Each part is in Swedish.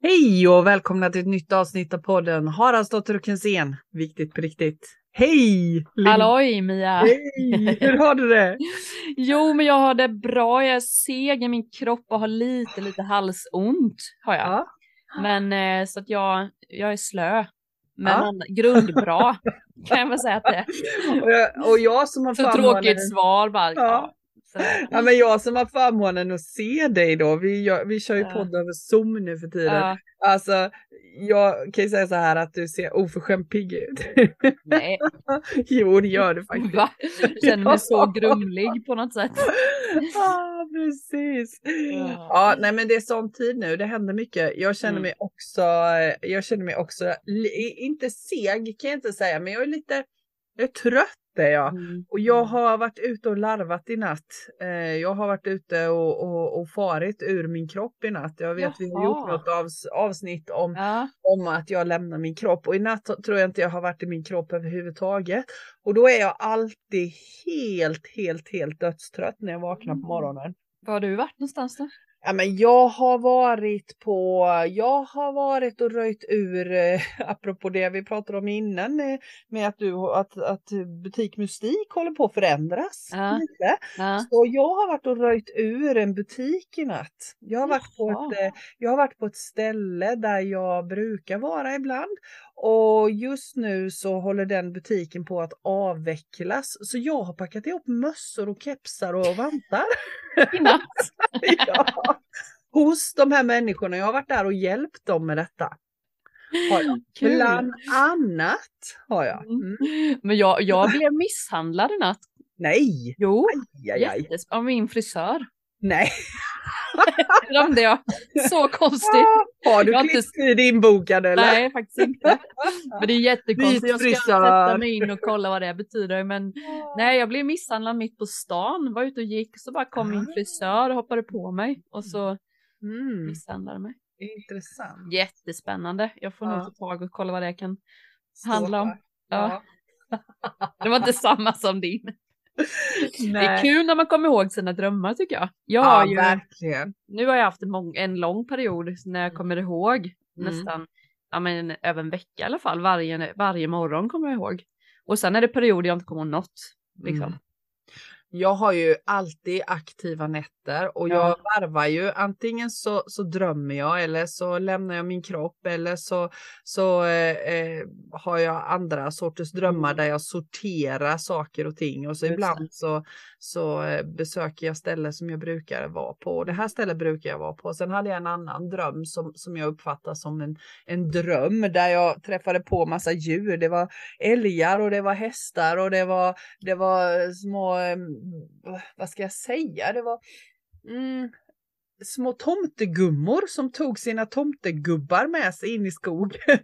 Hej och välkomna till ett nytt avsnitt av podden Haraldsdotter och Kensén. Viktigt på riktigt. Hej! Halloj Mia! Hej! Hur har du det? Jo, men jag har det bra. Jag är seg i min kropp och har lite halsont har jag. Ja. Men så att jag är slö. Men Ja. grundbra kan jag väl säga att det är. Och jag som har Så förmånen... tråkigt svar bara. Ja. Ja, men jag som har förmånen att se dig då, vi kör ju podd över Zoom nu för tiden. Ja. Alltså, jag kan ju säga så här att du ser oförskämt pigg ut. Nej. Jo, det gör du faktiskt. Va? Jag känner mig så grumlig på något sätt. Ja, precis. Ja, nej men det är sån tid nu, det händer mycket. Jag känner mig också inte seg kan jag inte säga, men jag är trött är jag. Och jag har varit ute och larvat i natt. Jag har varit ute och farit ur min kropp i natt. Jag vet vi har gjort något avsnitt om att jag lämnar min kropp. Och i natt tror jag inte jag har varit i min kropp överhuvudtaget. Och då är jag alltid helt dödstrött när jag vaknar på morgonen. Var har du varit någonstans då? Ja, men jag har varit och röjt ur, apropå det vi pratade om innan, med att butik Mystik håller på att förändras. Lite. Så jag har varit och röjt ur en butik i natt. Jag har varit på ett ställe där jag brukar vara ibland. Och just nu så håller den butiken på att avvecklas. Så jag har packat ihop mössor och kepsar och vantar. I natt? Ja. Hos de här människorna. Jag har varit där och hjälpt dem med detta. Har jag. Bland annat har jag. Men jag blev misshandlad i natt. Nej. Jo, Aj. Av min frisör. Nej. Glömde jag. Så konstigt. Har du klippt inbokad eller? Nej, faktiskt inte. Men det är jättekonstigt. Jag ska sätta mig in och kolla vad det betyder. Men nej, jag blev misshandlad mitt på stan. Var ute och gick. Så bara kom min frisör och hoppade på mig. Och så misshandlade mig. Intressant. Jättespännande. Jag får nog ta tag och kolla vad det kan handla om. Ja. Det var inte samma som din. Nej. Det är kul när man kommer ihåg sina drömmar tycker jag. Verkligen. Nu har jag haft en lång period när jag kommer ihåg nästan över en vecka i alla fall. Varje morgon kommer jag ihåg. Och sen är det perioder jag inte kommer ihåg något. Liksom. Jag har ju alltid aktiva nätter och jag varvar ju, antingen så drömmer jag eller så lämnar jag min kropp eller så har jag andra sorters drömmar där jag sorterar saker och ting och så ibland så besöker jag ställen som jag brukar vara på. Det här stället brukar jag vara på. Sen hade jag en annan dröm som jag uppfattar som en dröm där jag träffade på massa djur. Det var älgar och det var hästar och det var små, vad ska jag säga? Det var små tomtegummor som tog sina tomtegubbar med sig in i skogen.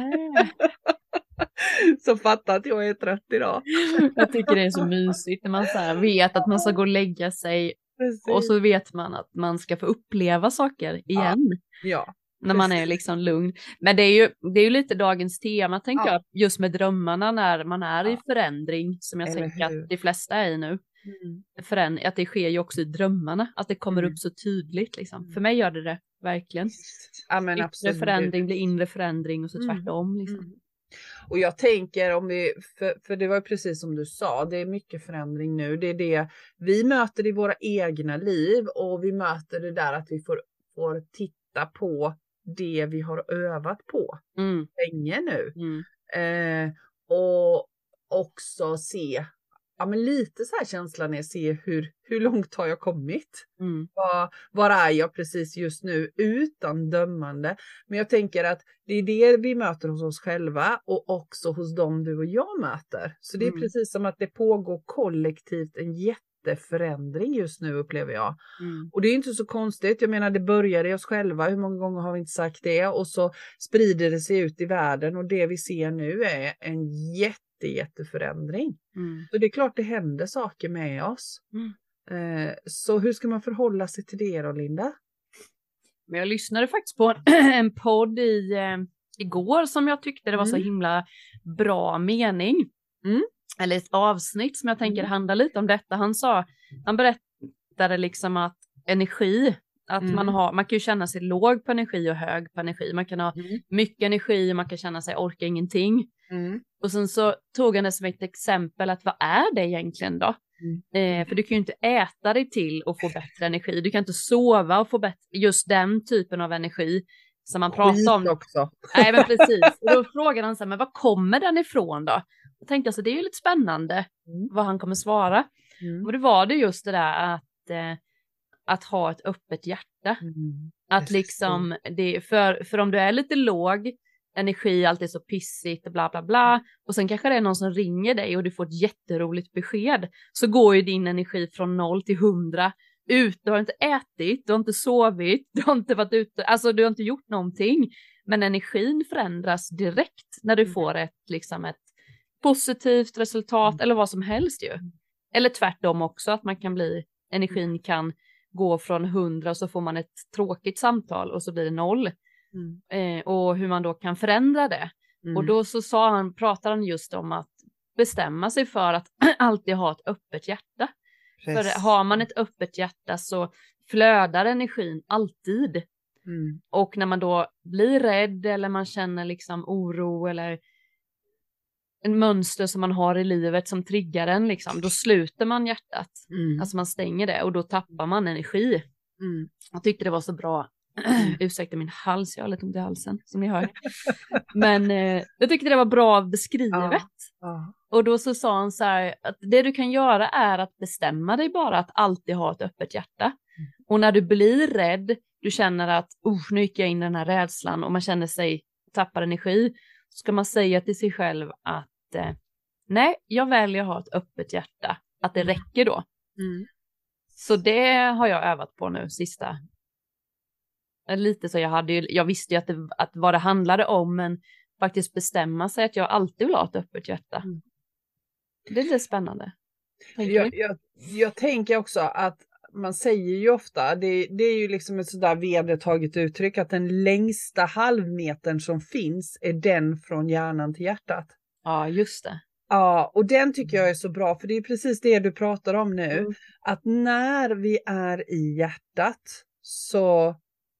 Så fattar att jag är trött idag. Jag tycker det är så mysigt när man så här vet att man ska gå och lägga sig. Precis. Och så vet man att man ska få uppleva saker igen. Ja. När man är liksom lugn. Men det är ju lite dagens tema tänker jag. Just med drömmarna när man är i förändring. Som jag tänker att de flesta är i nu. Att det sker ju också i drömmarna. Att det kommer upp så tydligt liksom. För mig gör det verkligen. Ja, men yttre förändring blir inre förändring och så tvärtom liksom. Och jag tänker för det var precis som du sa, det är mycket förändring nu. Det är det vi möter i våra egna liv och vi möter det där att vi får titta på det vi har övat på länge nu. Och också se, men lite så här känslan är se hur långt har jag kommit? Var är jag precis just nu utan dömande? Men jag tänker att det är det vi möter hos oss själva och också hos dem du och jag möter. Så det är precis som att det pågår kollektivt en jätteförändring just nu upplever jag. Och det är inte så konstigt. Jag menar det börjar i oss själva. Hur många gånger har vi inte sagt det? Och så sprider det sig ut i världen och det vi ser nu är en jätteförändring. Så det är klart det händer saker med oss. Så hur ska man förhålla sig till det då, Linda? Men jag lyssnade faktiskt på en podd igår som jag tyckte det var så himla bra mening. Eller ett avsnitt som jag tänker handla lite om detta. Han berättade liksom att energi, Att man kan ju känna sig låg på energi och hög på energi. Man kan ha mycket energi och man kan känna sig orka ingenting. Och sen så tog han det som ett exempel att vad är det egentligen då? För du kan ju inte äta dig till och få bättre energi. Du kan inte sova och få just den typen av energi som man pratar om. Också. Nej men precis. Och då frågade han så här, men var kommer den ifrån då? Jag tänkte alltså det är ju lite spännande vad han kommer svara. Och det var det just det där att ha ett öppet hjärta. Att liksom, för om du är lite låg energi, alltid så pissigt och bla bla bla. Och sen kanske det är någon som ringer dig och du får ett jätteroligt besked. Så går ju din energi från 0 till 100 ut. Du har inte ätit, du har inte sovit, du har inte varit ute, alltså du har inte gjort någonting. Men energin förändras direkt när du får ett positivt resultat eller vad som helst ju. Eller tvärtom också, att man kan energin kan gå från 100 och så får man ett tråkigt samtal och så blir det 0. Och hur man då kan förändra det. Och då så pratade han just om att bestämma sig för att alltid ha ett öppet hjärta. För har man ett öppet hjärta så flödar energin alltid. Och när man då blir rädd eller man känner liksom oro eller en mönster som man har i livet som triggar en liksom, då sluter man hjärtat. Alltså man stänger det och då tappar man energi. Jag tyckte det var så bra. Ursäkta min hals, jag har lite ont i halsen som ni hör. Men jag tyckte det var bra beskrivet. Och då så sa han så här att det du kan göra är att bestämma dig bara att alltid ha ett öppet hjärta. Och när du blir rädd, du känner att nu gick jag in i den här rädslan och man känner sig tappar energi, så ska man säga till sig själv att nej, jag väljer att ha ett öppet hjärta. Att det räcker då. Så det har jag övat på nu sista. Lite så jag visste ju att vad det handlade om, men faktiskt bestämma sig att jag alltid vill ha ett öppet hjärta. Det är lite spännande. Jag tänker också att man säger ju ofta, det är ju liksom ett sådär vedertaget uttryck, att den längsta halvmetern som finns är den från hjärnan till hjärtat. Ja, just det. Ja, och den tycker jag är så bra, för det är precis det du pratar om nu. Att när vi är i hjärtat så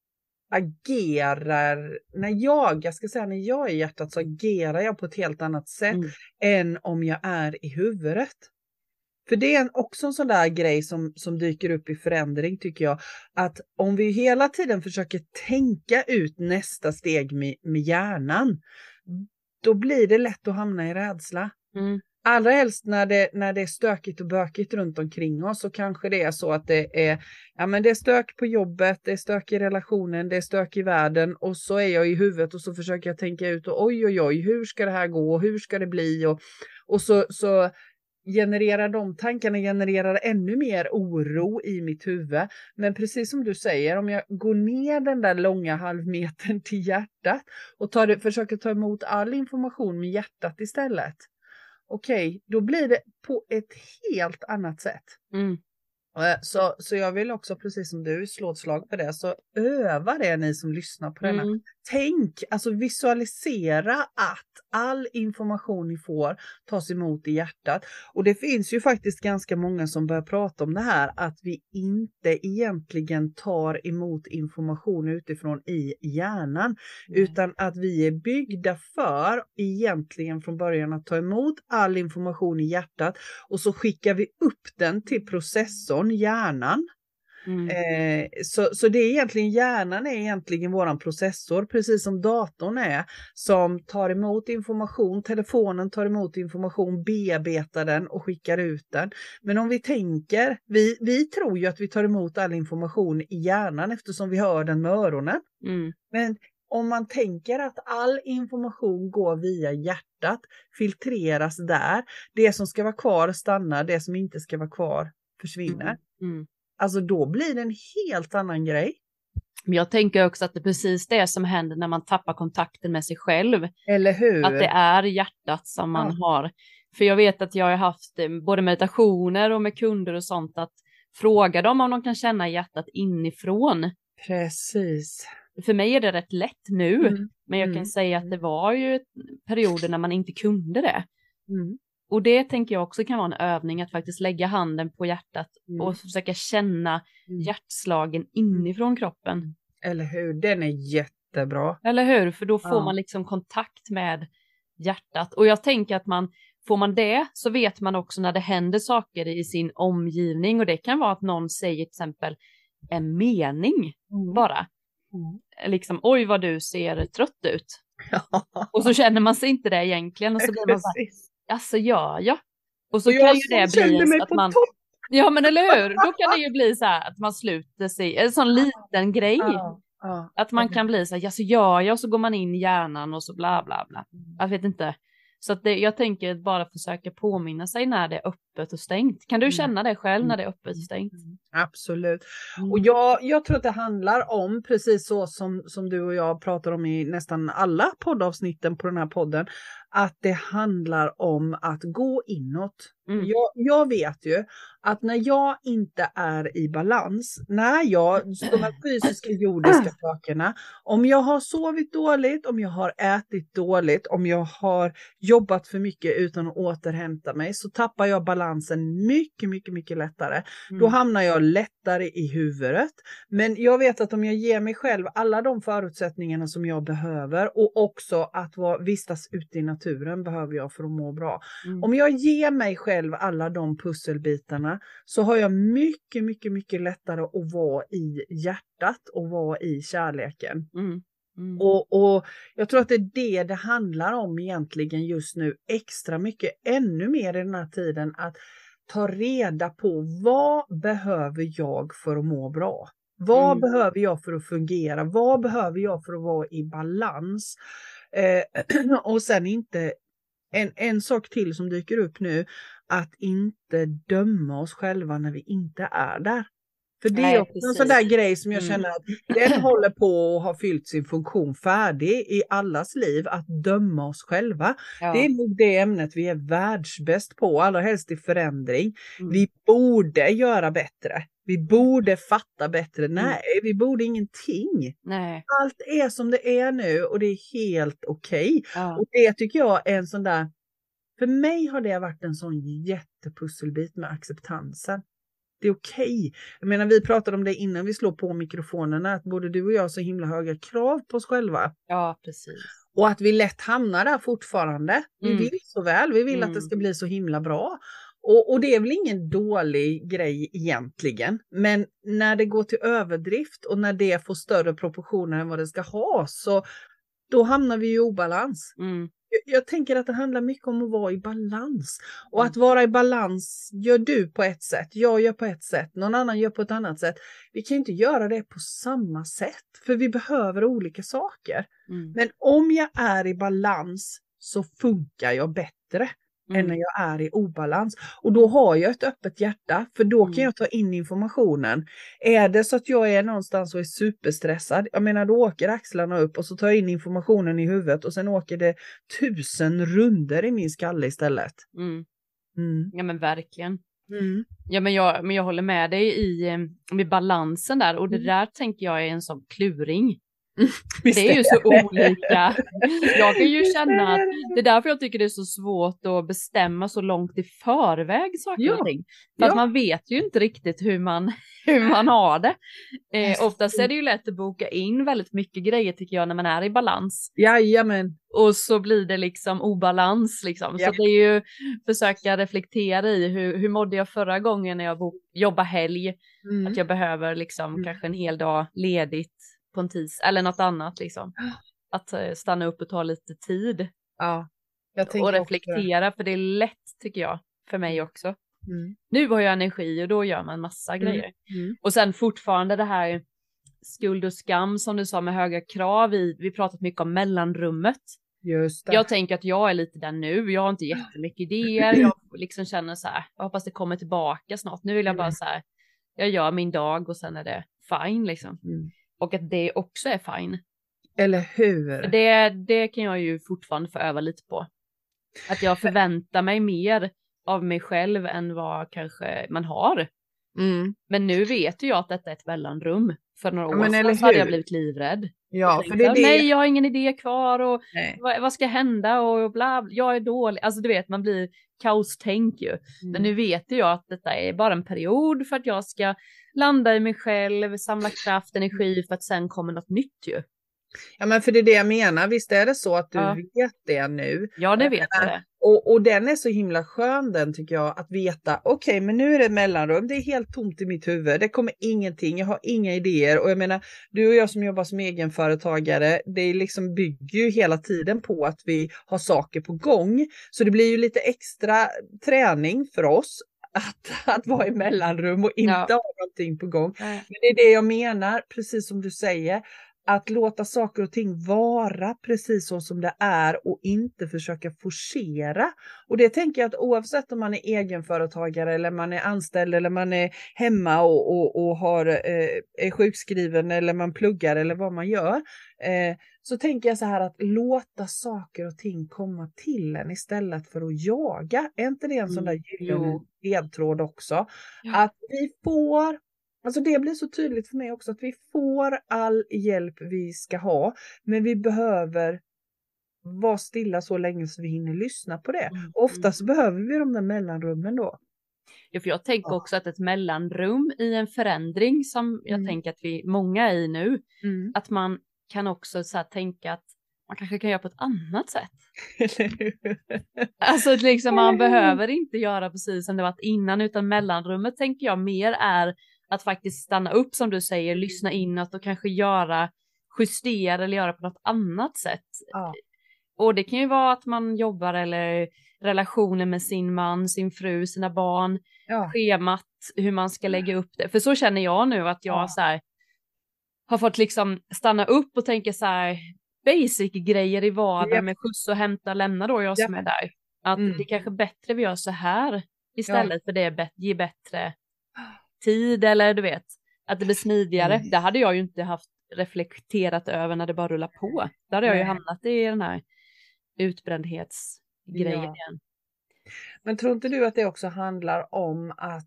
agerar, när jag är i hjärtat så agerar jag på ett helt annat sätt än om jag är i huvudet. För det är också en sån där grej som dyker upp i förändring tycker jag. Att om vi hela tiden försöker tänka ut nästa steg med hjärnan, då blir det lätt att hamna i rädsla. Allra helst när det är stökigt och bökigt runt omkring oss, så kanske det är så att det är stök på jobbet, det är stök i relationen, det är stök i världen, och så är jag i huvudet och så försöker jag tänka ut och oj, hur ska det här gå och hur ska det bli, och så genererar de tankarna ännu mer oro i mitt huvud. Men precis som du säger, om jag går ner den där långa halvmetern till hjärtat och försöker ta emot all information med hjärtat istället. Okej, då blir det på ett helt annat sätt. Så jag vill också, precis som du, slå ett slag på det. Så öva det, ni som lyssnar på denna. Tänk, alltså visualisera att all information ni får tas emot i hjärtat. Och det finns ju faktiskt ganska många som börjar prata om det här, att vi inte egentligen tar emot information utifrån i hjärnan. Utan att vi är byggda för egentligen från början att ta emot all information i hjärtat. Och så skickar vi upp den till processorn, hjärnan. Så det är egentligen, hjärnan är egentligen våran processor, precis som datorn är, som tar emot information, telefonen tar emot information, bearbetar den och skickar ut den. Men om vi tänker, vi tror ju att vi tar emot all information i hjärnan eftersom vi hör den med öronen. Men om man tänker att all information går via hjärtat, filtreras där, det som ska vara kvar stannar, det som inte ska vara kvar försvinner. Alltså då blir det en helt annan grej. Men jag tänker också att det är precis det som händer när man tappar kontakten med sig själv. Eller hur? Att det är hjärtat som man har. För jag vet att jag har haft både meditationer och med kunder och sånt, att fråga dem om de kan känna hjärtat inifrån. Precis. För mig är det rätt lätt nu. Men jag kan säga att det var ju perioder när man inte kunde det. Och det tänker jag också kan vara en övning, att faktiskt lägga handen på hjärtat och försöka känna hjärtslagen inifrån kroppen. Eller hur, den är jättebra. Eller hur, för då får man liksom kontakt med hjärtat. Och jag tänker att får man det, så vet man också när det händer saker i sin omgivning. Och det kan vara att någon säger till exempel en mening bara. Liksom, oj vad du ser trött ut. Ja. Och så känner man sig inte det egentligen. Och så blir man bara, alltså gör jag? Och så och kan ju det bli att man... Topp. Ja men eller hur, då kan det ju bli så här att man sluter sig, en sån liten grej. Att man kan bli så här, ja så gör jag, och så går man in i hjärnan och så bla bla bla. Jag vet inte. Så att jag tänker bara försöka påminna sig när det är öppet och stängt. Kan du känna det själv när det är öppet och stängt? Absolut. Och jag tror att det handlar om, precis så som du och jag pratar om i nästan alla poddavsnitten på den här podden, att det handlar om att gå inåt. Jag vet ju att när jag inte är i balans, när jag, de här fysiska jordiska sakerna, om jag har sovit dåligt, om jag har ätit dåligt, om jag har jobbat för mycket utan att återhämta mig, så tappar jag balansen mycket, mycket, mycket lättare. Då hamnar jag lättare i huvudet. Men jag vet att om jag ger mig själv alla de förutsättningarna som jag behöver, och också att vistas ute i naturen behöver jag för att må bra. Om jag ger mig själv alla de pusselbitarna, så har jag mycket, mycket, mycket lättare att vara i hjärtat och vara i kärleken. Och jag tror att det är det handlar om egentligen just nu, extra mycket, ännu mer i den här tiden, att ta reda på vad behöver jag för att må bra? Vad behöver jag för att fungera? Vad behöver jag för att vara i balans? Och sen inte, en sak till som dyker upp nu, att inte döma oss själva när vi inte är där. För det är också en sån där grej som jag känner att den håller på att ha fyllt sin funktion färdig i allas liv, att döma oss själva. Ja. Det är nog det ämnet vi är världsbäst på, allra helst i förändring. Vi borde göra bättre. Vi borde fatta bättre. Nej, vi borde ingenting. Nej. Allt är som det är nu och det är helt okej. Ja. Och det tycker jag är en sån där, för mig har det varit en sån jättepusselbit med acceptansen. Det är okej. Jag menar, vi pratade om det innan vi slår på mikrofonerna, att både du och jag har så himla höga krav på oss själva. Ja, precis. Och att vi lätt hamnar där fortfarande. Vi vill så väl, vi vill att det ska bli så himla bra. Och det är väl ingen dålig grej egentligen. Men när det går till överdrift och när det får större proportioner än vad det ska ha, så då hamnar vi i obalans. Jag tänker att det handlar mycket om att vara i balans. Och att vara i balans gör du på ett sätt, jag gör på ett sätt, någon annan gör på ett annat sätt. Vi kan inte göra det på samma sätt, för vi behöver olika saker. Men om jag är i balans så funkar jag bättre än när jag är i obalans. Och då har jag ett öppet hjärta, för då kan jag ta in informationen. Är det så att jag är någonstans och är superstressad, jag menar, då åker axlarna upp och så tar jag in informationen i huvudet och sen åker det 1000 runder i min skalle istället. Ja men verkligen. Ja men jag håller med dig med balansen där, och det där tänker jag är en sån kluring. Det är ju så olika. Jag kan ju känna att det är därför jag tycker det är så svårt att bestämma så långt i förväg saker och ting. För att man vet ju inte riktigt hur man har det. Oftast är det ju lätt att boka in väldigt mycket grejer tycker jag när man är i balans. Jajamän. Och så blir det liksom obalans liksom. Så det är ju försöka reflektera i hur mådde jag förra gången när jag jobbade helg. Att jag behöver liksom kanske en hel dag ledigt på en tis eller något annat liksom. Att stanna upp och ta lite tid. Ja. Och reflektera, för det är lätt tycker jag för mig också. Nu har jag energi och då gör man massa grejer. Och sen fortfarande det här skuld och skam som du sa med höga krav. Vi pratat mycket om mellanrummet. Just det. Jag tänker att jag är lite där nu. Jag har inte jättemycket idéer. Jag liksom känner så här, jag hoppas det kommer tillbaka snart. Nu vill jag bara så här, jag gör min dag och sen är det fine liksom. Och att det också är fine. Eller hur? Det kan jag ju fortfarande få öva lite på. Att jag förväntar mig mer av mig själv än vad kanske man har. Men nu vet ju jag att detta är ett mellanrum. För några år sedan så hade jag blivit livrädd. Ja, för det är det. Nej, jag har ingen idé kvar och vad ska hända och bla, jag är dålig. Alltså du vet, man blir kaostänk ju. Men nu vet jag att detta är bara en period för att jag ska landa i mig själv, samla kraft, energi för att sen kommer något nytt ju. Ja, men för det är det jag menar. Visst är det så att du vet det nu? Ja, det vet jag det. Och den är så himla skön, den tycker jag, att veta, okej, men nu är det mellanrum, det är helt tomt i mitt huvud, det kommer ingenting, jag har inga idéer. Och jag menar, du och jag som jobbar som egenföretagare, det liksom bygger ju hela tiden på att vi har saker på gång. Så det blir ju lite extra träning för oss att vara i mellanrum och inte ha någonting på gång. Men det är det jag menar, precis som du säger. Att låta saker och ting vara precis så som det är och inte försöka forcera. Och det tänker jag att oavsett om man är egenföretagare eller man är anställd eller man är hemma och är sjukskriven eller man pluggar eller vad man gör. Så tänker jag så här, att låta saker och ting komma till en istället för att jaga. Är inte det en sån där gyllene ledtråd också? Ja. Att vi får... Alltså det blir så tydligt för mig också att vi får all hjälp vi ska ha, men vi behöver vara stilla så länge så vi hinner lyssna på det. Oftast behöver vi de där mellanrummen då. Ja, för jag tänker också att ett mellanrum i en förändring som jag tänker att vi många är i nu, att man kan också så här tänka att man kanske kan göra på ett annat sätt. Alltså liksom man behöver inte göra precis som det varit innan, utan mellanrummet tänker jag mer är att faktiskt stanna upp som du säger, lyssna inåt och kanske justera eller göra på något annat sätt. Ja. Och det kan ju vara att man jobbar eller relationer med sin man, sin fru, sina barn, schemat, hur man ska lägga upp det. För så känner jag nu att jag så här, har fått liksom stanna upp och tänka så här basic grejer i vardagen med skjuts och hämta, lämna då jag som är där. Att det är kanske bättre vi gör så här istället för det ger bättre tid eller du vet, att det blir smidigare. Det hade jag ju inte haft reflekterat över när det bara rullar på. Då hade jag ju hamnat i den här utbrändhetsgrejen igen. Men tror inte du att det också handlar om att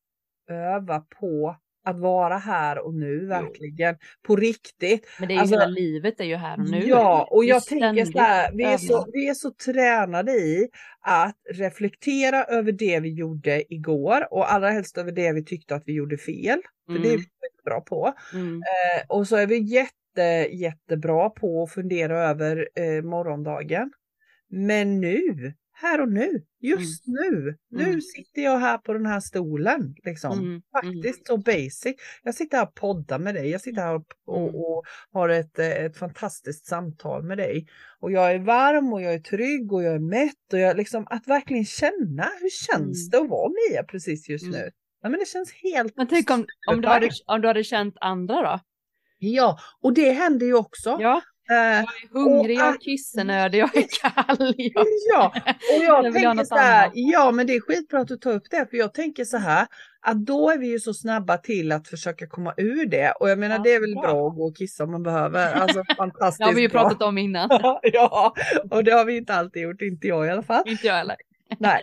öva på att vara här och nu verkligen på riktigt? Men det är ju hela livet är ju här och nu. Ja, och jag tänker så här, vi är så tränade i att reflektera över det vi gjorde igår och allra helst över det vi tyckte att vi gjorde fel. För det är vi bra på. Och så är vi jättebra på att fundera över morgondagen. Men nu, här och nu, just nu sitter jag här på den här stolen liksom. Faktiskt så basic. Jag sitter här och poddar med dig. Jag sitter här och har ett fantastiskt samtal med dig. Och jag är varm och jag är trygg och jag är mätt. Och jag liksom, att verkligen känna, hur känns det att vara Mia precis just nu? Ja, men det känns helt... Men tänk om du hade känt andra då? Ja, och det händer ju också. Ja. Jag är hungrig, jag är kissenödig, jag är kall. Ja, och jag tänker så här, ja men det är skitbra att du tar upp det, för jag tänker så här, att då är vi ju så snabba till att försöka komma ur det. Och jag menar, det är väl bra att gå och kissa om man behöver. Alltså fantastiskt. Det har vi ju pratat om innan. Ja, och det har vi inte alltid gjort, inte jag i alla fall. Inte jag heller. Nej,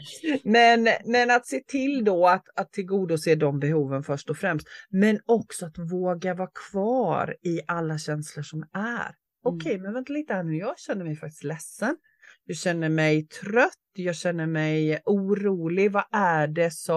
men att se till då att tillgodose de behoven först och främst. Men också att våga vara kvar i alla känslor som är. Okej, men vänta lite här nu. Jag känner mig faktiskt ledsen. Jag känner mig trött. Jag känner mig orolig. Vad är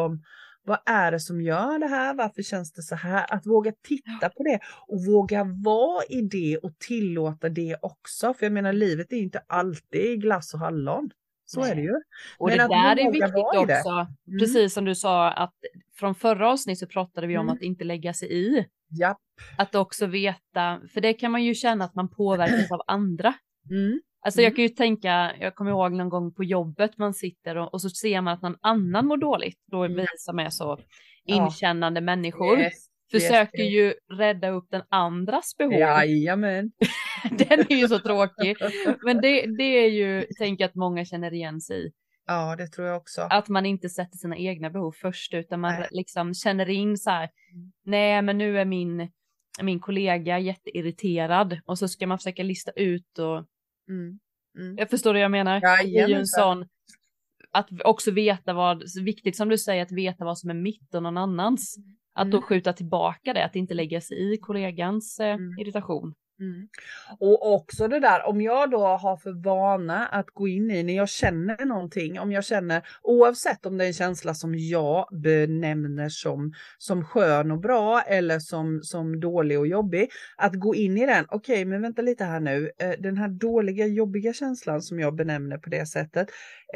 det som gör det här? Varför känns det så här? Att våga titta på det och våga vara i det och tillåta det också. För jag menar, livet är inte alltid glass och hallon. Så är det ju. Och men det där är viktigt också. Precis som du sa, att från förra avsnitt så pratade vi om att inte lägga sig i. Japp. Att också veta, för det kan man ju känna att man påverkas av andra. Alltså jag kan ju tänka, jag kommer ihåg någon gång på jobbet man sitter och så ser man att någon annan mår dåligt. Då är vi som är så inkännande människor. Försöker ju rädda upp den andras behov. Jajamän. Den är ju så tråkig. Men det är ju, tänker jag att många känner igen sig i. Ja, det tror jag också. Att man inte sätter sina egna behov först, utan man liksom känner in så här, nej men nu är min kollega jätteirriterad, och så ska man försöka lista ut och jag förstår det jag menar. Ja, det är ju en sån, att också veta vad, så viktigt som du säger, att veta vad som är mitt och någon annans. Att då skjuta tillbaka det, att inte lägga sig i kollegans irritation. Mm. Och också det där, om jag då har för vana att gå in i när jag känner någonting, om jag känner, oavsett om det är en känsla som jag benämner som skön och bra eller som dålig och jobbig, att gå in i den, okej, men vänta lite här nu, den här dåliga, jobbiga känslan som jag benämner på det sättet,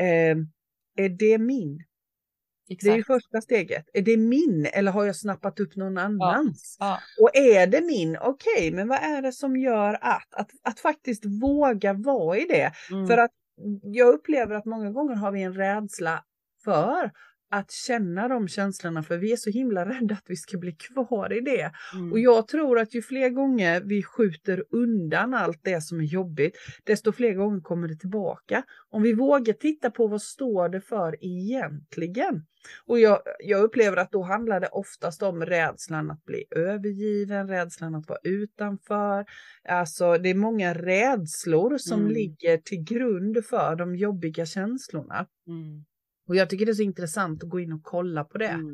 är det min? Exakt. Det är ju första steget. Är det min eller har jag snappat upp någon annans? Ja. Och är det min, okej, men vad är det som gör att faktiskt våga vara i det? För att jag upplever att många gånger har vi en rädsla för att känna de känslorna, för vi är så himla rädda att vi ska bli kvar i det. Och jag tror att ju fler gånger vi skjuter undan allt det som är jobbigt, desto fler gånger kommer det tillbaka. Om vi vågar titta på vad står det för egentligen. Och jag upplever att då handlar det oftast om rädslan att bli övergiven, rädslan att vara utanför. Alltså det är många rädslor som ligger till grund för de jobbiga känslorna. Och jag tycker det är så intressant att gå in och kolla på det.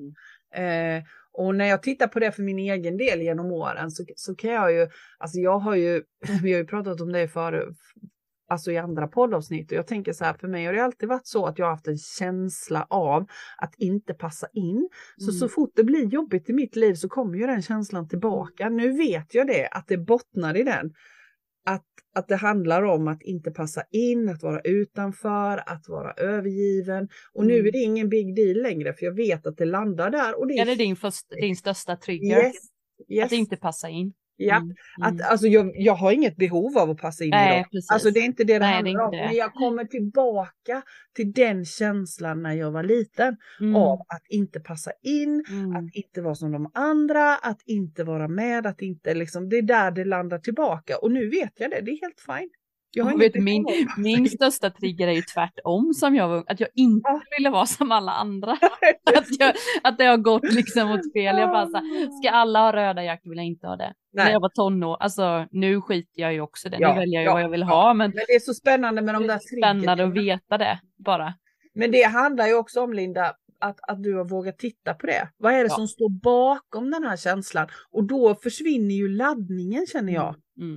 Och när jag tittar på det för min egen del genom åren så kan jag ju, alltså vi har ju pratat om det förut, alltså i andra poddavsnitt, och jag tänker så här, för mig har det alltid varit så att jag har haft en känsla av att inte passa in. Så fort det blir jobbigt i mitt liv så kommer ju den känslan tillbaka. Nu vet jag det, att det bottnar i den. Att det handlar om att inte passa in, att vara utanför, att vara övergiven. Och nu är det ingen big deal längre, för jag vet att det landar där. Och det är din största trigger? Yes. Att inte passa in? Ja, alltså jag har inget behov av att passa in idag. Precis. Alltså det är inte det handlar om. Men jag kommer tillbaka till den känslan när jag var liten. Av att inte passa in, att inte vara som de andra, att inte vara med, att inte liksom, det är där det landar tillbaka. Och nu vet jag det, det är helt fine. Min största trigger är ju tvärtom, som att jag inte ville vara som alla andra. att det har gått liksom åt fel. Jag bara så här, ska alla ha röda jackor, vill jag inte ha det. Nej. När jag var tonår, alltså nu skiter jag ju också det. Nu väljer jag vad jag vill ha. Men det är så spännande med de där triggerna. Spännande att veta det bara. Men det handlar ju också om, Linda, att du har vågat titta på det. Vad är det som står bakom den här känslan? Och då försvinner ju laddningen, känner jag.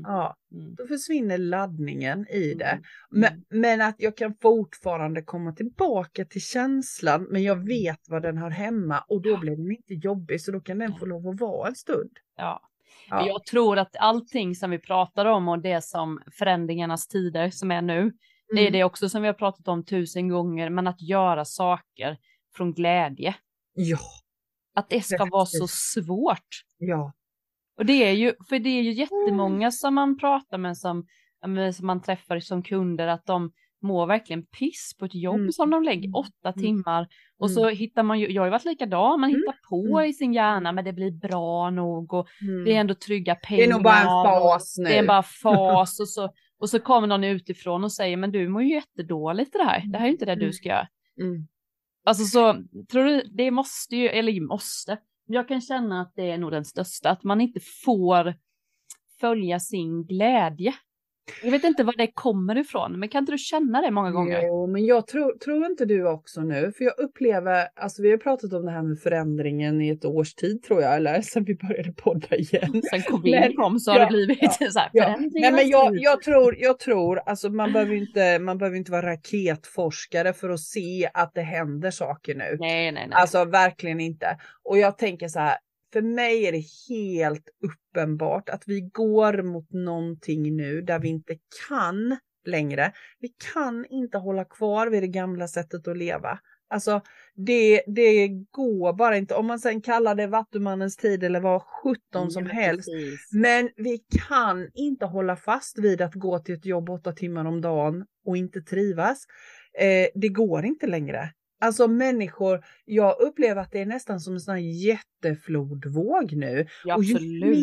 Då försvinner laddningen i det. Men att jag kan fortfarande komma tillbaka till känslan, men jag vet vad den har hemma, och då blir den inte jobbig, så då kan den få lov att vara en stund. Ja. Jag tror att allting som vi pratar om och det som förändringarnas tider som är nu, det är det också som vi har pratat om 1000 gånger, men att göra saker från glädje. Ja. Att det ska vara så svårt. Ja. Och det är ju jättemånga som man pratar med, som man träffar som kunder, att de mår verkligen piss på ett jobb som de lägger 8 timmar. Och så hittar man ju, jag har ju varit likadan, man hittar på i sin hjärna, men det blir bra nog och det är ändå trygga pengar. Det är nog bara en fas nu. Det är bara fas och så kommer någon utifrån och säger, men du mår ju jättedåligt det här. Det här är inte det du ska göra. Alltså så, tror du, det måste ju, eller måste, jag kan känna att det är nog den största, att man inte får följa sin glädje. Jag vet inte var det kommer ifrån, men kan inte du känna det många gånger? Jo, men jag tror inte du också nu, för jag upplever, alltså vi har pratat om det här med förändringen i ett års tid, tror jag, eller sen vi började podda igen. Sen covid kom så har det blivit så här förändring. Nej, men jag tror, alltså man behöver inte vara raketforskare för att se att det händer saker nu. Nej. Alltså verkligen inte. Och jag tänker så här, för mig är det helt uppenbart att vi går mot någonting nu där vi inte kan längre. Vi kan inte hålla kvar vid det gamla sättet att leva. Alltså det går bara inte. Om man sen kallar det vattumannens tid eller vad 17 som helst. Precis. Men vi kan inte hålla fast vid att gå till ett jobb 8 timmar om dagen och inte trivas. Det går inte längre. Alltså människor, jag upplever att det är nästan som en sån här jätteflodvåg nu. Ja, och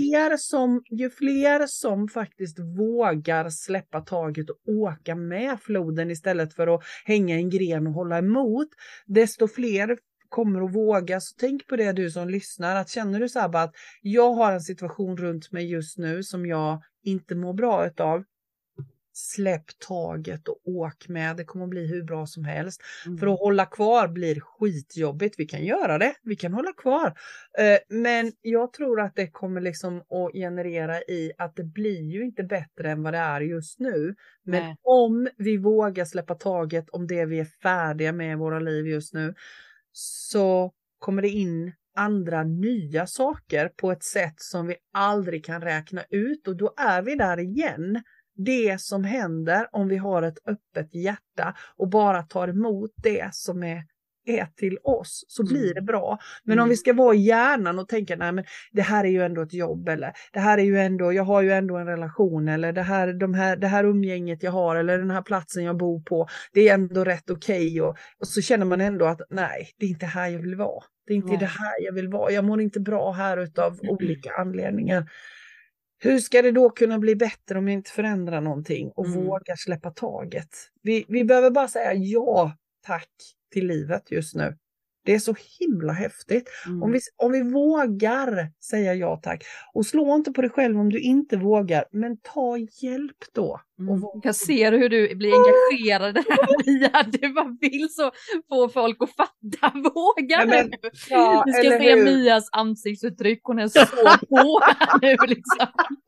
ju fler som faktiskt vågar släppa taget och åka med floden istället för att hänga i en gren och hålla emot, desto fler kommer att våga. Så tänk på det, du som lyssnar, att känner du så här bara att jag har en situation runt mig just nu som jag inte mår bra utav. släpp taget och åk med. Det kommer att bli hur bra som helst. För att hålla kvar blir skitjobbigt. Vi kan göra det. Vi kan hålla kvar. Men jag tror att det kommer liksom att generera i att det blir ju inte bättre än vad det är just nu. Men om vi vågar släppa taget om det vi är färdiga med i våra liv just nu, så kommer det in andra nya saker på ett sätt som vi aldrig kan räkna ut, och då är vi där igen. Det som händer om vi har ett öppet hjärta och bara tar emot det som är till oss, så blir det bra. Men om vi ska vara i hjärnan och tänka, nej men det här är ju ändå ett jobb, eller det här är ju ändå, jag har ju ändå en relation, eller det här umgänget jag har, eller den här platsen jag bor på, det är ändå rätt okej. Och så känner man ändå att nej, det är inte här jag vill vara. Det är inte det här jag vill vara. Jag mår inte bra här utav olika anledningar. Hur ska det då kunna bli bättre om jag inte förändrar någonting och vågar släppa taget? Vi behöver bara säga ja, tack till livet just nu. Det är så himla häftigt. Om vi vågar säga ja tack. Och slå inte på dig själv om du inte vågar. Men ta hjälp då. Jag ser hur du blir engagerad här, Mia. Du bara vill så få folk att fatta. Våga nu. Ja, du ska se Mias ansiktsuttryck. Hon är så på här nu liksom.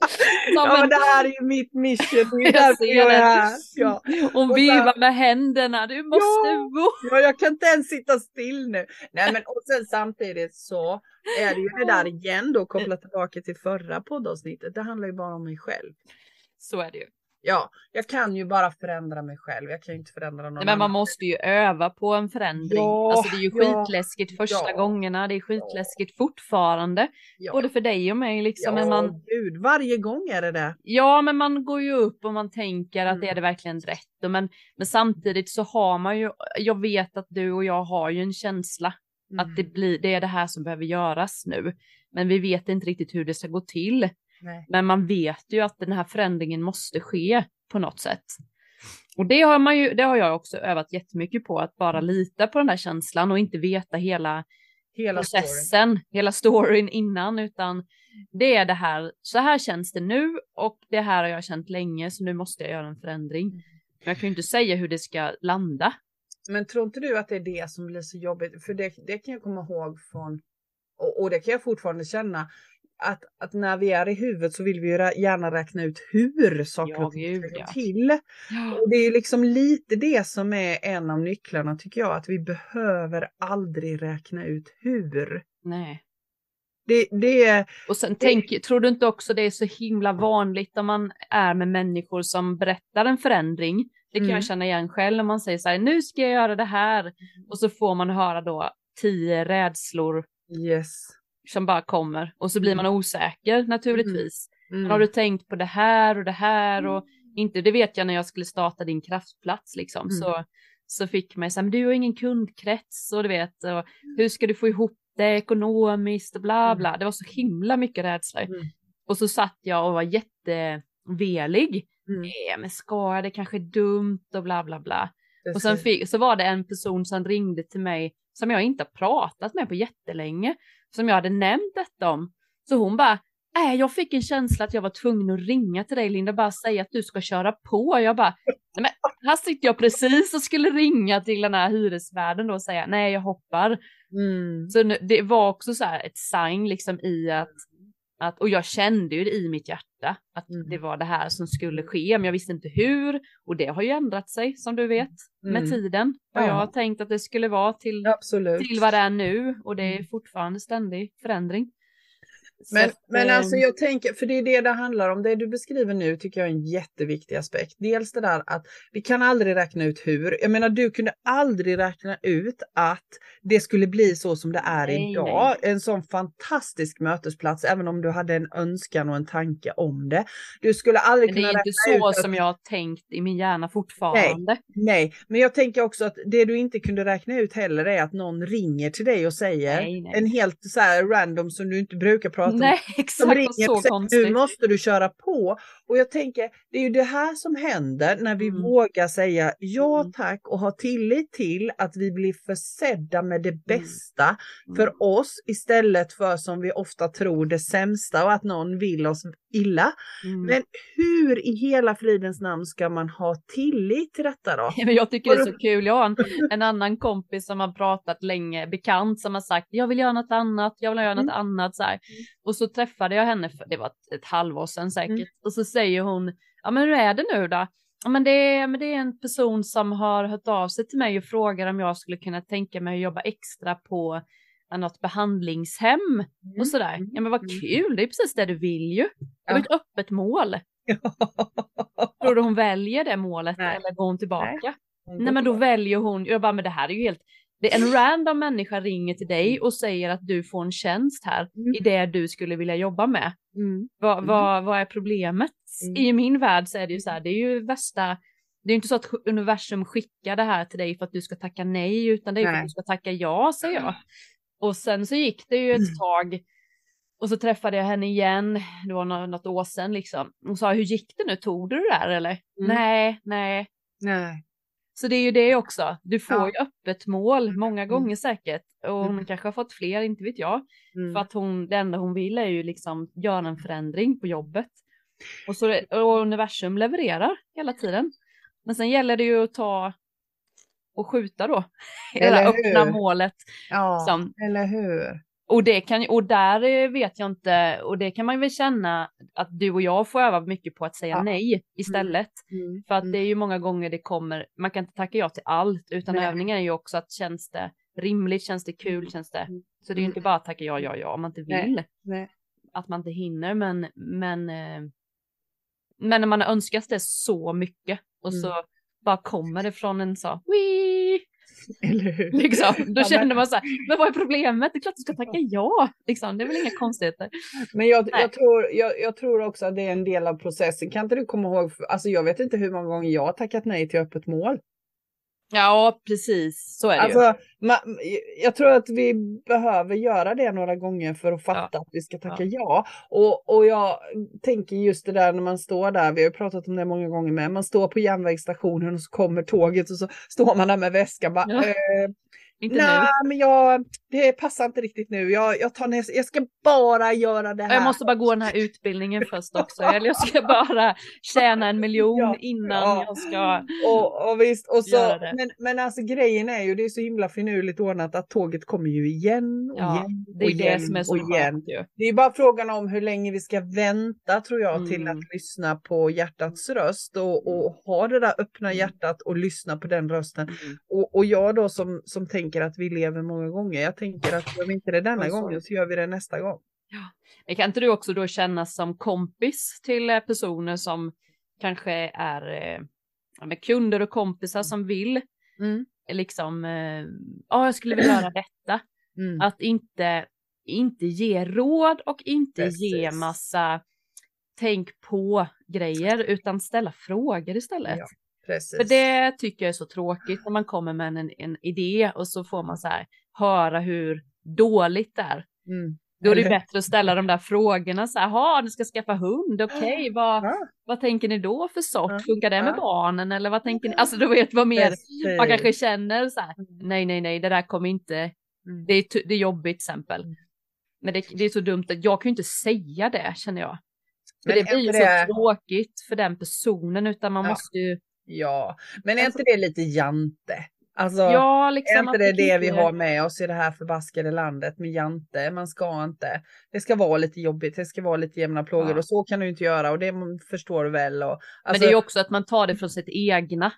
Men det här är ju mitt mission. Det är därför jag är här. Ja. Hon vivar med händerna. Du måste våga. Ja, jag kan inte ens sitta still nu. Nej, men och sen samtidigt så är det ju det där igen då, kopplat tillbaka till förra poddavsnittet. Det handlar ju bara om mig själv. Så är det ju. Ja, jag kan ju bara förändra mig själv. Jag kan ju inte förändra någon annan. Men man måste ju öva på en förändring. Ja, alltså det är ju skitläskigt första gångerna. Det är skitläskigt fortfarande. Ja. Både för dig och mig liksom. Ja, men gud, varje gång är det det. Ja, men man går ju upp och man tänker att det är det verkligen rätt. Men samtidigt så har man ju, jag vet att du och jag har ju en känsla att det är det här som behöver göras nu. Men vi vet inte riktigt hur det ska gå till. Nej. Men man vet ju att den här förändringen måste ske på något sätt. Och det har jag också övat jättemycket på, att bara lita på den här känslan och inte veta hela processen, hela storyn innan, utan det är det här, så här känns det nu och det här har jag känt länge, så nu måste jag göra en förändring. Men jag kan ju inte säga hur det ska landa. Men tror inte du att det är det som blir så jobbigt? För det kan jag komma ihåg från, och det kan jag fortfarande känna, att när vi är i huvudet så vill vi ju gärna räkna ut hur saker och ting ska gå till. Ja. Och det är ju liksom lite det som är en av nycklarna, tycker jag, att vi behöver aldrig räkna ut hur. Nej. Och sen tror du inte också det är så himla vanligt om man är med människor som berättar en förändring? Det kan jag känna igen själv, om man säger så här, nu ska jag göra det här. Och så får man höra då 10 rädslor. Yes. Som bara kommer. Och så blir man osäker naturligtvis. Har du tänkt på det här och det här? Och inte, det vet jag när jag skulle starta din kraftplats liksom. Så fick man så här, men du har ingen kundkrets. Och du vet, och hur ska du få ihop det ekonomiskt och bla bla. Det var så himla mycket rädslor. Och så satt jag och var jättevelig. Men ska det kanske är dumt och bla bla bla. Och sen så var det en person som ringde till mig som jag inte har pratat med på jättelänge, som jag hade nämnt detta om. Så hon bara, jag fick en känsla att jag var tvungen att ringa till dig, Linda, bara säga att du ska köra på. Jag bara, nej men här sitter jag precis och skulle ringa till den här hyresvärden då och säga, nej jag hoppar. Så det var också så här ett sign liksom i att och jag kände ju det i mitt hjärta att det var det här som skulle ske, men jag visste inte hur, och det har ju ändrat sig som du vet med tiden. Och jag har tänkt att det skulle vara till vad det är nu, och det är fortfarande ständig förändring. Men alltså jag tänker, för det är det handlar om, det du beskriver nu tycker jag är en jätteviktig aspekt. Dels det där att vi kan aldrig räkna ut hur, jag menar du kunde aldrig räkna ut att det skulle bli så som det är idag. Nej. En sån fantastisk mötesplats, även om du hade en önskan och en tanke om det. Du skulle aldrig kunna räkna ut. Det är inte så som jag har tänkt i min hjärna fortfarande. Nej, men jag tänker också att det du inte kunde räkna ut heller är att någon ringer till dig och säger en helt så här random som du inte brukar prata. Nej, exakt. Nu måste du köra på. Och jag tänker, det är ju det här som händer när vi vågar säga ja tack och ha tillit till att vi blir försedda med det bästa för oss istället för som vi ofta tror det sämsta och att någon vill oss illa. Men hur i hela fridens namn ska man ha tillit till detta då? Men jag tycker det är så kul. Jag har en annan kompis som har pratat länge, bekant, som har sagt jag vill göra något annat, jag vill göra något annat så här. Och så träffade jag henne, för det var ett halvår sedan säkert. Och så säger hon, ja men hur är det nu då? Ja men det är en person som har hört av sig till mig och frågar om jag skulle kunna tänka mig att jobba extra på något behandlingshem och sådär. Ja men vad kul, det är precis det du vill ju. Det var ett öppet mål. Tror du hon väljer det målet eller går hon tillbaka? Nej men då väljer hon, jag bara men det här är ju helt, det är en random människa ringer till dig och säger att du får en tjänst här i det du skulle vilja jobba med. Vad är problemet? I min värld så är det ju så här, det är ju värsta, det är ju inte så att universum skickar det här till dig för att du ska tacka nej, utan det är för att du ska tacka ja, säger jag. Och sen så gick det ju ett tag och så träffade jag henne igen, det var något år sedan liksom. Och sa, hur gick det nu? Tog du det där eller? Nej. Så det är ju det också. Du får ju öppet mål många gånger säkert. Och hon kanske har fått fler, inte vet jag. För att det enda hon vill är ju liksom göra en förändring på jobbet. Och universum levererar hela tiden. Men sen gäller det ju att ta och skjuta då. Eller öppna målet. Ja, eller hur? Och där vet jag inte, och det kan man väl känna att du och jag får öva mycket på att säga nej istället. För att det är ju många gånger det kommer, man kan inte tacka ja till allt, utan övningen är ju också att känns det rimligt, känns det kul, känns det. Så det är ju inte bara att tacka ja om man inte vill. Att man inte hinner, men när man önskas det så mycket och så bara kommer det från en så eller hur? Liksom, då känner man så här, men vad är problemet? Det är klart du ska tacka ja. Liksom, det är väl inga konstigheter. Men jag tror också att det är en del av processen. Kan inte du komma ihåg, alltså jag vet inte hur många gånger jag har tackat nej till öppet mål. Ja, precis. Så är det alltså, jag tror att vi behöver göra det några gånger för att fatta att vi ska tacka ja. Och jag tänker just det där när man står där, vi har ju pratat om det många gånger med, man står på järnvägsstationen och så kommer tåget och så står man där med väskan bara, nej men det passar inte riktigt nu, jag ska bara göra det här. Jag måste bara gå den här utbildningen först också, eller jag ska bara tjäna 1 miljon innan jag ska och visst, och så, göra det. Men alltså grejen är ju, det är så himla finurligt ordnat att tåget kommer ju igen och igen det är och igen, det som är så skönt ju. Det är bara frågan om hur länge vi ska vänta, tror jag, till att lyssna på hjärtats röst och ha det där öppna hjärtat och lyssna på den rösten. Och jag då som tänker att vi lever många gånger. Jag tänker att gör vi inte det denna gången så gör vi det nästa gång. Ja. Kan inte du också då känna som kompis till personer som kanske är med kunder och kompisar som vill liksom, jag skulle vilja göra detta. Att inte ge råd och inte ge massa tänk på grejer, utan ställa frågor istället. Ja. Precis. För det tycker jag är så tråkigt när man kommer med en idé och så får man så här höra hur dåligt det är. Då är det bättre att ställa de där frågorna så här, du ska skaffa hund, okej, vad tänker ni då för sort? Funkar det med barnen eller vad tänker ni? Alltså du vet vad mer man kanske känner så här, nej, det där kommer inte, det är jobbigt till exempel. Men det är så dumt att jag kan ju inte säga det, känner jag. För det blir ju så tråkigt för den personen, utan man måste ju. Ja, men är inte det lite jante? Alltså, liksom är inte det vi har med oss i det här förbaskade landet med jante? Man ska inte, det ska vara lite jobbigt, det ska vara lite jämna plågor och så kan du inte göra och det förstår du väl. Och, men det är ju också att man tar det från sitt egna.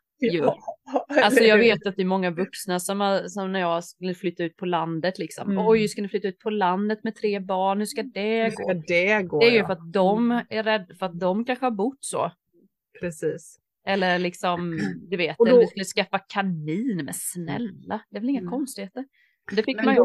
Alltså jag vet att det är många vuxna som när jag skulle flytta ut på landet liksom. Oj, ska ni flytta ut på landet med 3 barn? Hur ska det gå? Det är ju för att de är rädda för att de kanske har bott så. Precis. Eller liksom, du vet, eller vi skulle skaffa kanin, men snälla, det är väl inga konstigheter. Det fick men man då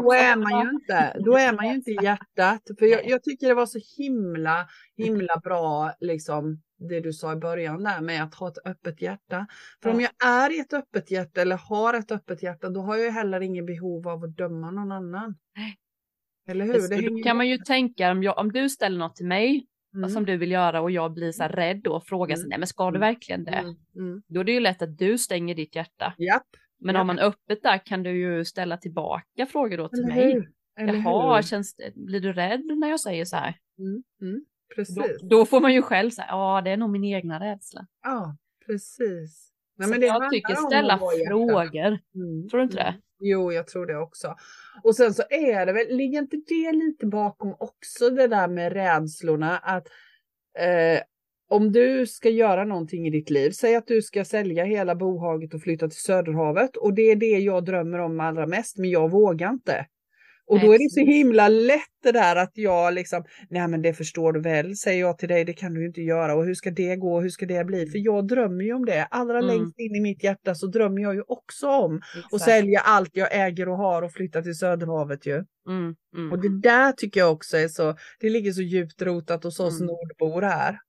är man ju inte i hjärtat. För jag tycker det var så himla bra liksom det du sa i början där med att ha ett öppet hjärta. För om jag är i ett öppet hjärta eller har ett öppet hjärta, då har jag ju heller ingen behov av att döma någon annan. Eller hur? Då kan man ju tänka, om du ställer något till mig som du vill göra och jag blir så här rädd och frågar sig, nej men ska du verkligen det? Då är det ju lätt att du stänger ditt hjärta. Japp. Men om man öppet där kan du ju ställa tillbaka frågor då till Eller mig. hur? Jaha, blir du rädd när jag säger så här? Precis. Då får man ju själv säga, ja det är nog min egna rädsla. Ja, precis. Nej, så men det jag tycker ställa frågor. Tror du inte det? Jo, jag tror det också. Och sen så är det väl, ligger inte det lite bakom också det där med rädslorna att om du ska göra någonting i ditt liv, säg att du ska sälja hela bohaget och flytta till Söderhavet och det är det jag drömmer om allra mest, men jag vågar inte. Och då är det så himla lätt det där att jag liksom, nej men det förstår du väl, säger jag till dig, det kan du inte göra och hur ska det gå, hur ska det bli? För jag drömmer ju om det, allra längst in i mitt hjärta så drömmer jag ju också om att sälja allt jag äger och har och flytta till Söderhavet ju. Och det där tycker jag också är så, det ligger så djupt rotat hos oss nordbor här.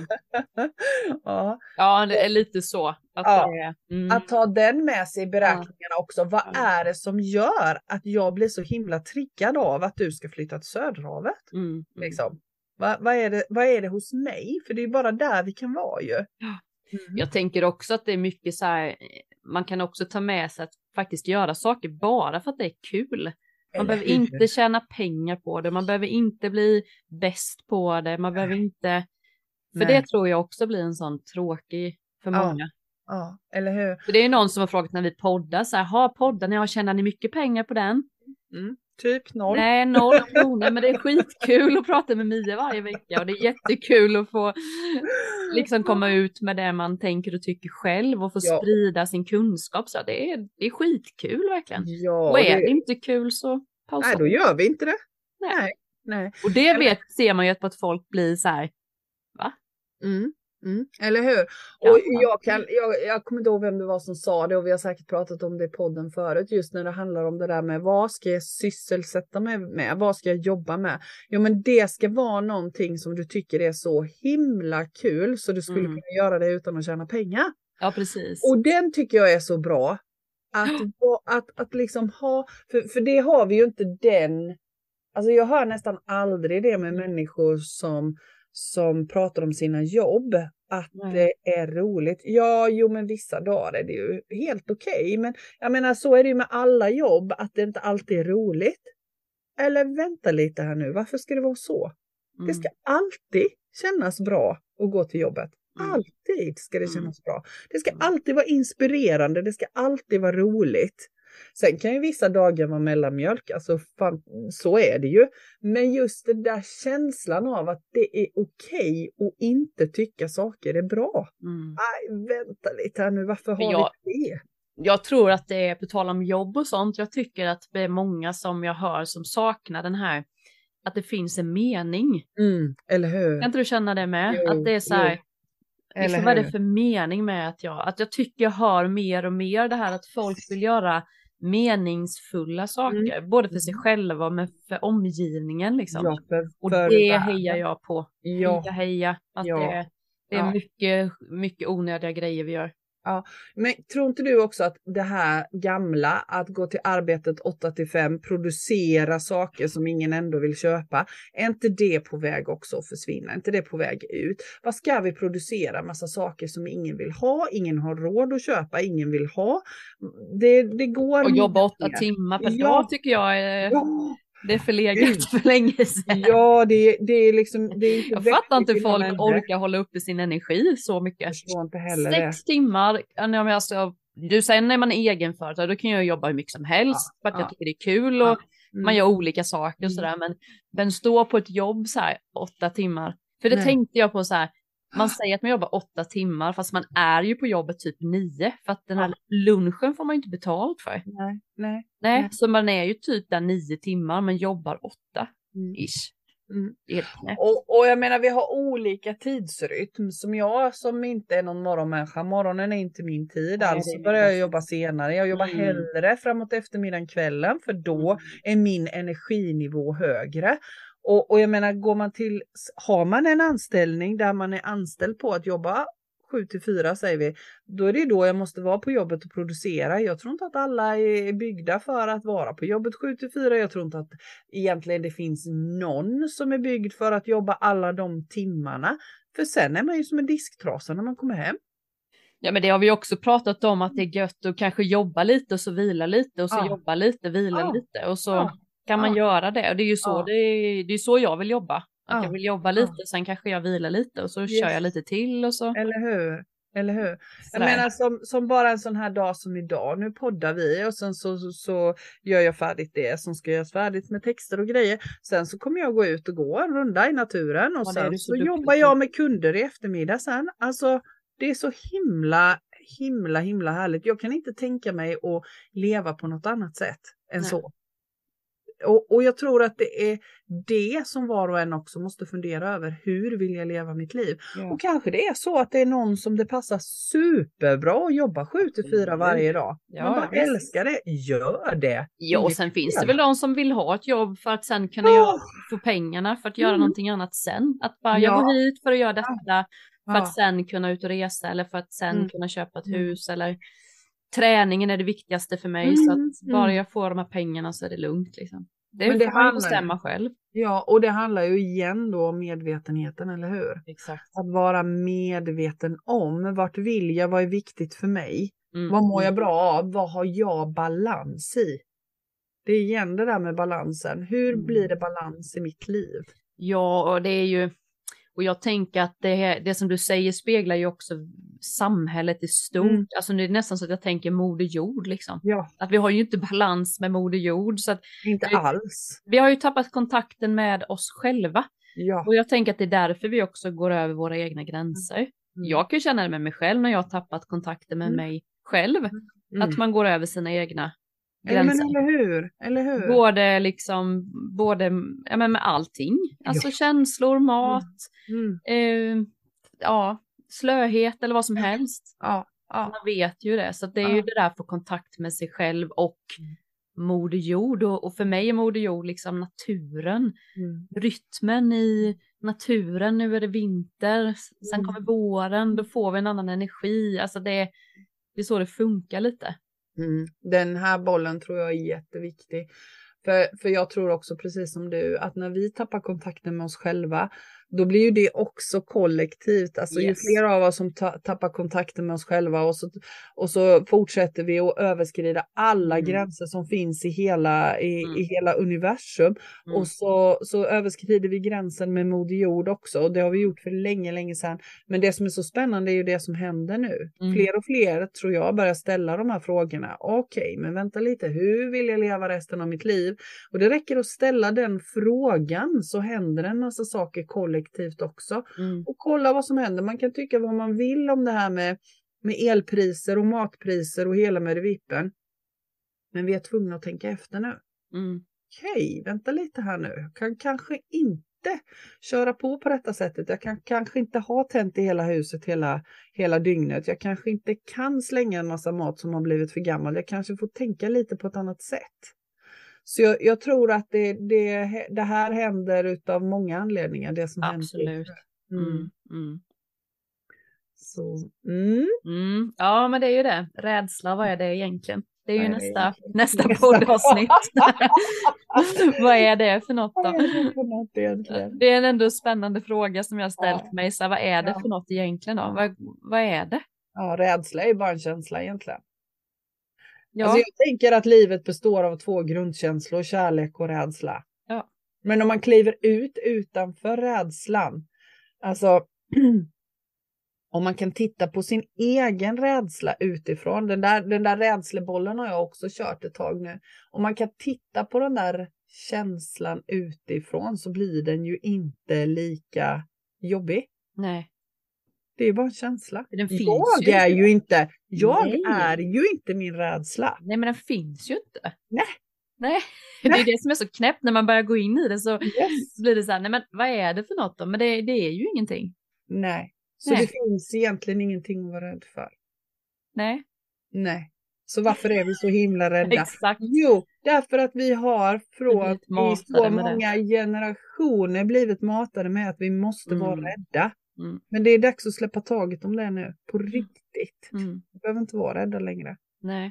Ja, det är lite så. Att, att ta den med sig i beräkningarna också. Vad är det som gör att jag blir så himla triggad av att du ska flytta till Söderhavet? Liksom. Vad är det hos mig? För det är bara där vi kan vara ju. Jag tänker också att det är mycket så här, man kan också ta med sig att faktiskt göra saker bara för att det är kul. Man behöver inte tjäna pengar på det. Man behöver inte bli bäst på det. Man behöver inte... För det tror jag också blir en sån tråkig för många. Ja, eller hur? För det är någon som har frågat när vi poddar. Så här, podden, tjänar ni mycket pengar på den? Typ 0. Nej, 0 kronor. Men det är skitkul att prata med Mia varje vecka. Och det är jättekul att få liksom komma ut med det man tänker och tycker själv. Och få sprida sin kunskap. Så det är skitkul verkligen. Ja, och är det inte kul så pausa. Nej, då gör vi inte det. Nej. Och det ser man ju på att folk blir så här, va? Eller hur? Och jag kommer inte ihåg vem det var som sa det och vi har säkert pratat om det i podden förut just när det handlar om det där med vad ska jag sysselsätta mig med, vad ska jag jobba med? Jo men det ska vara någonting som du tycker är så himla kul så du skulle kunna göra det utan att tjäna pengar. Ja precis. Och den tycker jag är så bra att liksom ha, för det har vi ju inte den, alltså jag hör nästan aldrig det med människor som pratar om sina jobb, att det är roligt. Ja, jo men vissa dagar är det ju helt okej. Men jag menar så är det ju med alla jobb, att det inte alltid är roligt. Eller vänta lite här nu, varför ska det vara så? Det ska alltid kännas bra att gå till jobbet. Alltid ska det kännas bra. Det ska alltid vara inspirerande, det ska alltid vara roligt. Sen kan ju vissa dagar vara mellanmjölk, alltså fan, så är det ju. Men just det där känslan av att det är okej och inte tycka saker är bra. Nej, vänta lite här nu, varför har vi det? Jag tror att det är på tal om jobb och sånt. Jag tycker att det är många som jag hör som saknar den här, att det finns en mening. Eller hur? Kan inte du känna det med? Jo, att det är så här, liksom, vad är det för mening med att jag tycker jag hör mer och mer det här att folk vill göra meningsfulla saker, både för sig själva men för omgivningen liksom. Ja, och det hejar jag på. Heja. Att det är mycket onödiga grejer vi gör. Ja, men tror inte du också att det här gamla, att gå till arbetet 8-5, producera saker som ingen ändå vill köpa, är inte det på väg också att försvinna? Är inte det på väg ut? Vad ska vi producera? Massa saker som ingen vill ha, ingen har råd att köpa, ingen vill ha. Det går. Och jobba 8 timmar per dag tycker jag är... Det är förlegat för länge sedan. Ja, det är liksom... Det är inte jag fattar inte folk orkar hålla uppe sin energi så mycket. Jag förstår inte heller 6 timmar. Alltså, du säger när man är egenföretagare, då kan jag jobba hur mycket som helst. För att jag tycker det är kul och man gör olika saker och sådär. Men stå på ett jobb så här 8 timmar. För det tänkte jag på så här. Man säger att man jobbar 8 timmar fast man är ju på jobbet typ 9. För att den här lunchen får man ju inte betalt för. Nej, så man är ju typ där 9 timmar men jobbar 8-ish. Och jag menar vi har olika tidsrytm. Som inte är någon morgonmänniska. Morgonen är inte min tid. Alltså börjar jag jobba senare. Jag jobbar hellre framåt eftermiddagen kvällen. För då är min energinivå högre. Och jag menar, har man en anställning där man är anställd på att jobba 7-4 säger vi, då är det då jag måste vara på jobbet och producera. Jag tror inte att alla är byggda för att vara på jobbet 7-4. Jag tror inte att egentligen det finns någon som är byggd för att jobba alla de timmarna. För sen är man ju som en disktrasa när man kommer hem. Ja, men det har vi också pratat om, att det är gött att kanske jobba lite och så vila lite och så jobba lite, vila lite och så kan man göra det. Och det är ju så, det är så jag vill jobba. Att jag vill jobba lite, sen kanske jag vilar lite och så kör jag lite till och så. Eller hur? Jag menar som bara en sån här dag som idag, nu poddar vi och sen så gör jag färdigt det som ska göras färdigt med texter och grejer. Sen så kommer jag gå ut och gå en runda i naturen och sen så jobbar jag med kunder i eftermiddag sen. Alltså det är så himla härligt. Jag kan inte tänka mig att leva på något annat sätt än så. Och jag tror att det är det som var och en också måste fundera över. Hur vill jag leva mitt liv? Ja. Och kanske det är så att det är någon som det passar superbra att jobba 7-4 varje dag. Man bara älskar det. Gör det. Ja, och sen finns det väl de som vill ha ett jobb för att sen kunna få pengarna för att göra någonting annat sen. Att bara jag går hit för att göra detta för att sen kunna ut och resa eller för att sen kunna köpa ett hus eller träningen är det viktigaste för mig så att bara jag får de här pengarna så är det lugnt liksom. Det får man bestämma själv. Ja, och det handlar ju igen då om medvetenheten, eller hur? Exakt. Att vara medveten om vart vill jag, vad är viktigt för mig? Vad mår jag bra av? Vad har jag balans i? Det är igen det där med balansen. Hur blir det balans i mitt liv? Ja, och det är ju, och jag tänker att det som du säger speglar ju också samhället i stort. Alltså det är nästan så att jag tänker Moder Jord liksom. Ja. Att vi har ju inte balans med Moder Jord. Så att inte alls. Vi har ju tappat kontakten med oss själva. Ja. Och jag tänker att det är därför vi också går över våra egna gränser. Jag kan ju känna det med mig själv när jag har tappat kontakten med mig själv. Att man går över sina egna gränser. Eller hur? Både med allting. Alltså känslor, mat, slöhet eller vad som helst. Man vet ju det. Så det är ju det där att få kontakt med sig själv och Moder Jord. Och för mig är Moder Jord liksom naturen. Rytmen i naturen. Nu är det vinter. Sen kommer våren. Då får vi en annan energi. Alltså det är så det funkar lite. Den här bollen tror jag är jätteviktig. För jag tror också precis som du att när vi tappar kontakten med oss själva då blir ju det också kollektivt. Alltså ju fler av oss som tappar kontakten med oss själva och så fortsätter vi att överskrida alla gränser som finns i hela universum. Och så överskrider vi gränsen med Moder Jord också. Och det har vi gjort för länge sedan. Men det som är så spännande är ju det som händer nu. Fler och fler tror jag börjar ställa de här frågorna. Okej, men vänta lite. Hur vill jag leva resten av mitt liv? Och det räcker att ställa den frågan så händer en massa saker kollektivt också. Och kolla vad som händer. Man kan tycka vad man vill om det här med elpriser och matpriser och hela med vippen. Men vi är tvungna att tänka efter nu. Okej, vänta lite här nu. Jag kan kanske inte köra på detta sättet. Jag kan kanske inte ha tänt i hela huset hela dygnet. Jag kanske inte kan slänga en massa mat som har blivit för gammal. Jag kanske får tänka lite på ett annat sätt. Så jag tror att det här händer utav många anledningar. Det som absolut. Händer. Så. Ja, men det är ju det. Rädsla, vad är det egentligen? Det är ju nästa poddavsnitt. Vad är det för något då? Det är en ändå spännande fråga som jag har ställt mig. Så vad är det för något egentligen då? Vad är det? Ja, rädsla är bara en känsla egentligen. Ja. Alltså jag tänker att livet består av 2 grundkänslor, kärlek och rädsla. Ja. Men om man kliver utanför rädslan, alltså om man kan titta på sin egen rädsla utifrån, den där rädslebollen har jag också kört ett tag nu. Om man kan titta på den där känslan utifrån så blir den ju inte lika jobbig. Nej. Det är bara en känsla. Den finns jag är ju inte min rädsla. Nej, men den finns ju inte. Nej. Det är det som är så knäppt när man börjar gå in i det så blir det så här, nej men vad är det för något då? Men det är ju ingenting. Nej. Så det finns egentligen ingenting att vara rädd för. Nej. Så varför är vi så himla rädda? Exakt. Jo, därför att vi har i så många generationer blivit matade med att vi måste vara rädda. Men det är dags att släppa taget om det nu. På riktigt. Vi behöver inte vara rädda längre. Nej.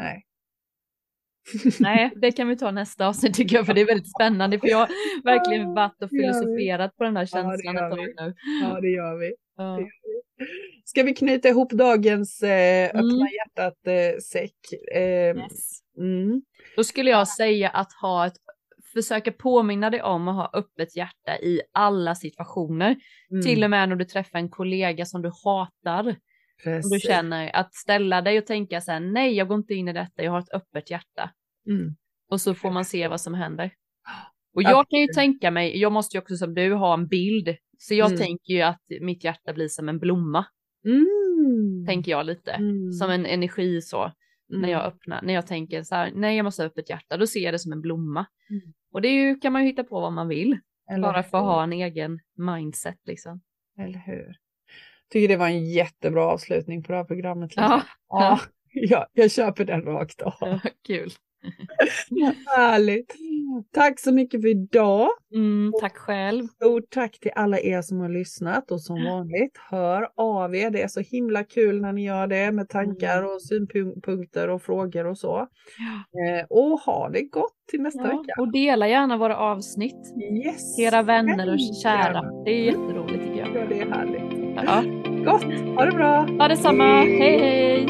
Nej. Nej, det kan vi ta nästa avsnitt tycker jag, för det är väldigt spännande, för jag har verkligen varit och filosoferat på den här känslan ett tag nu. Ja, det gör vi. Ja. Ska vi knyta ihop dagens öppna hjärtat säck? Yes. Då skulle jag säga att försöka påminna dig om att ha öppet hjärta i alla situationer. Till och med när du träffar en kollega som du hatar. Om du känner att ställa dig och tänka så här: nej, jag går inte in i detta, jag har ett öppet hjärta. Och så får man se vad som händer. Och jag kan ju tänka mig, jag måste ju också som du ha en bild. Så jag tänker ju att mitt hjärta blir som en blomma. Tänker jag lite. Som en energi så. När jag öppnar, när jag tänker så här: nej, jag måste ha öppet hjärta. Då ser jag det som en blomma. Och det är ju, kan man ju hitta på vad man vill. Eller bara för att ha en egen mindset liksom. Eller hur? Tycker det var en jättebra avslutning på det här programmet. Liksom. Ja, jag köper den rakt av. Ja, kul. Härligt. Tack så mycket för idag. Tack själv. Stort tack till alla er som har lyssnat, och som vanligt, hör av er. Det är så himla kul när ni gör det med tankar och synpunkter och frågor och så. Och ha det gott till nästa vecka. Och dela gärna våra avsnitt. Yes. Till era vänner och kära. Det är jätteroligt tycker jag. Ja, det är härligt. Ja. Gott, ha det bra. Ha detsamma, hej hej.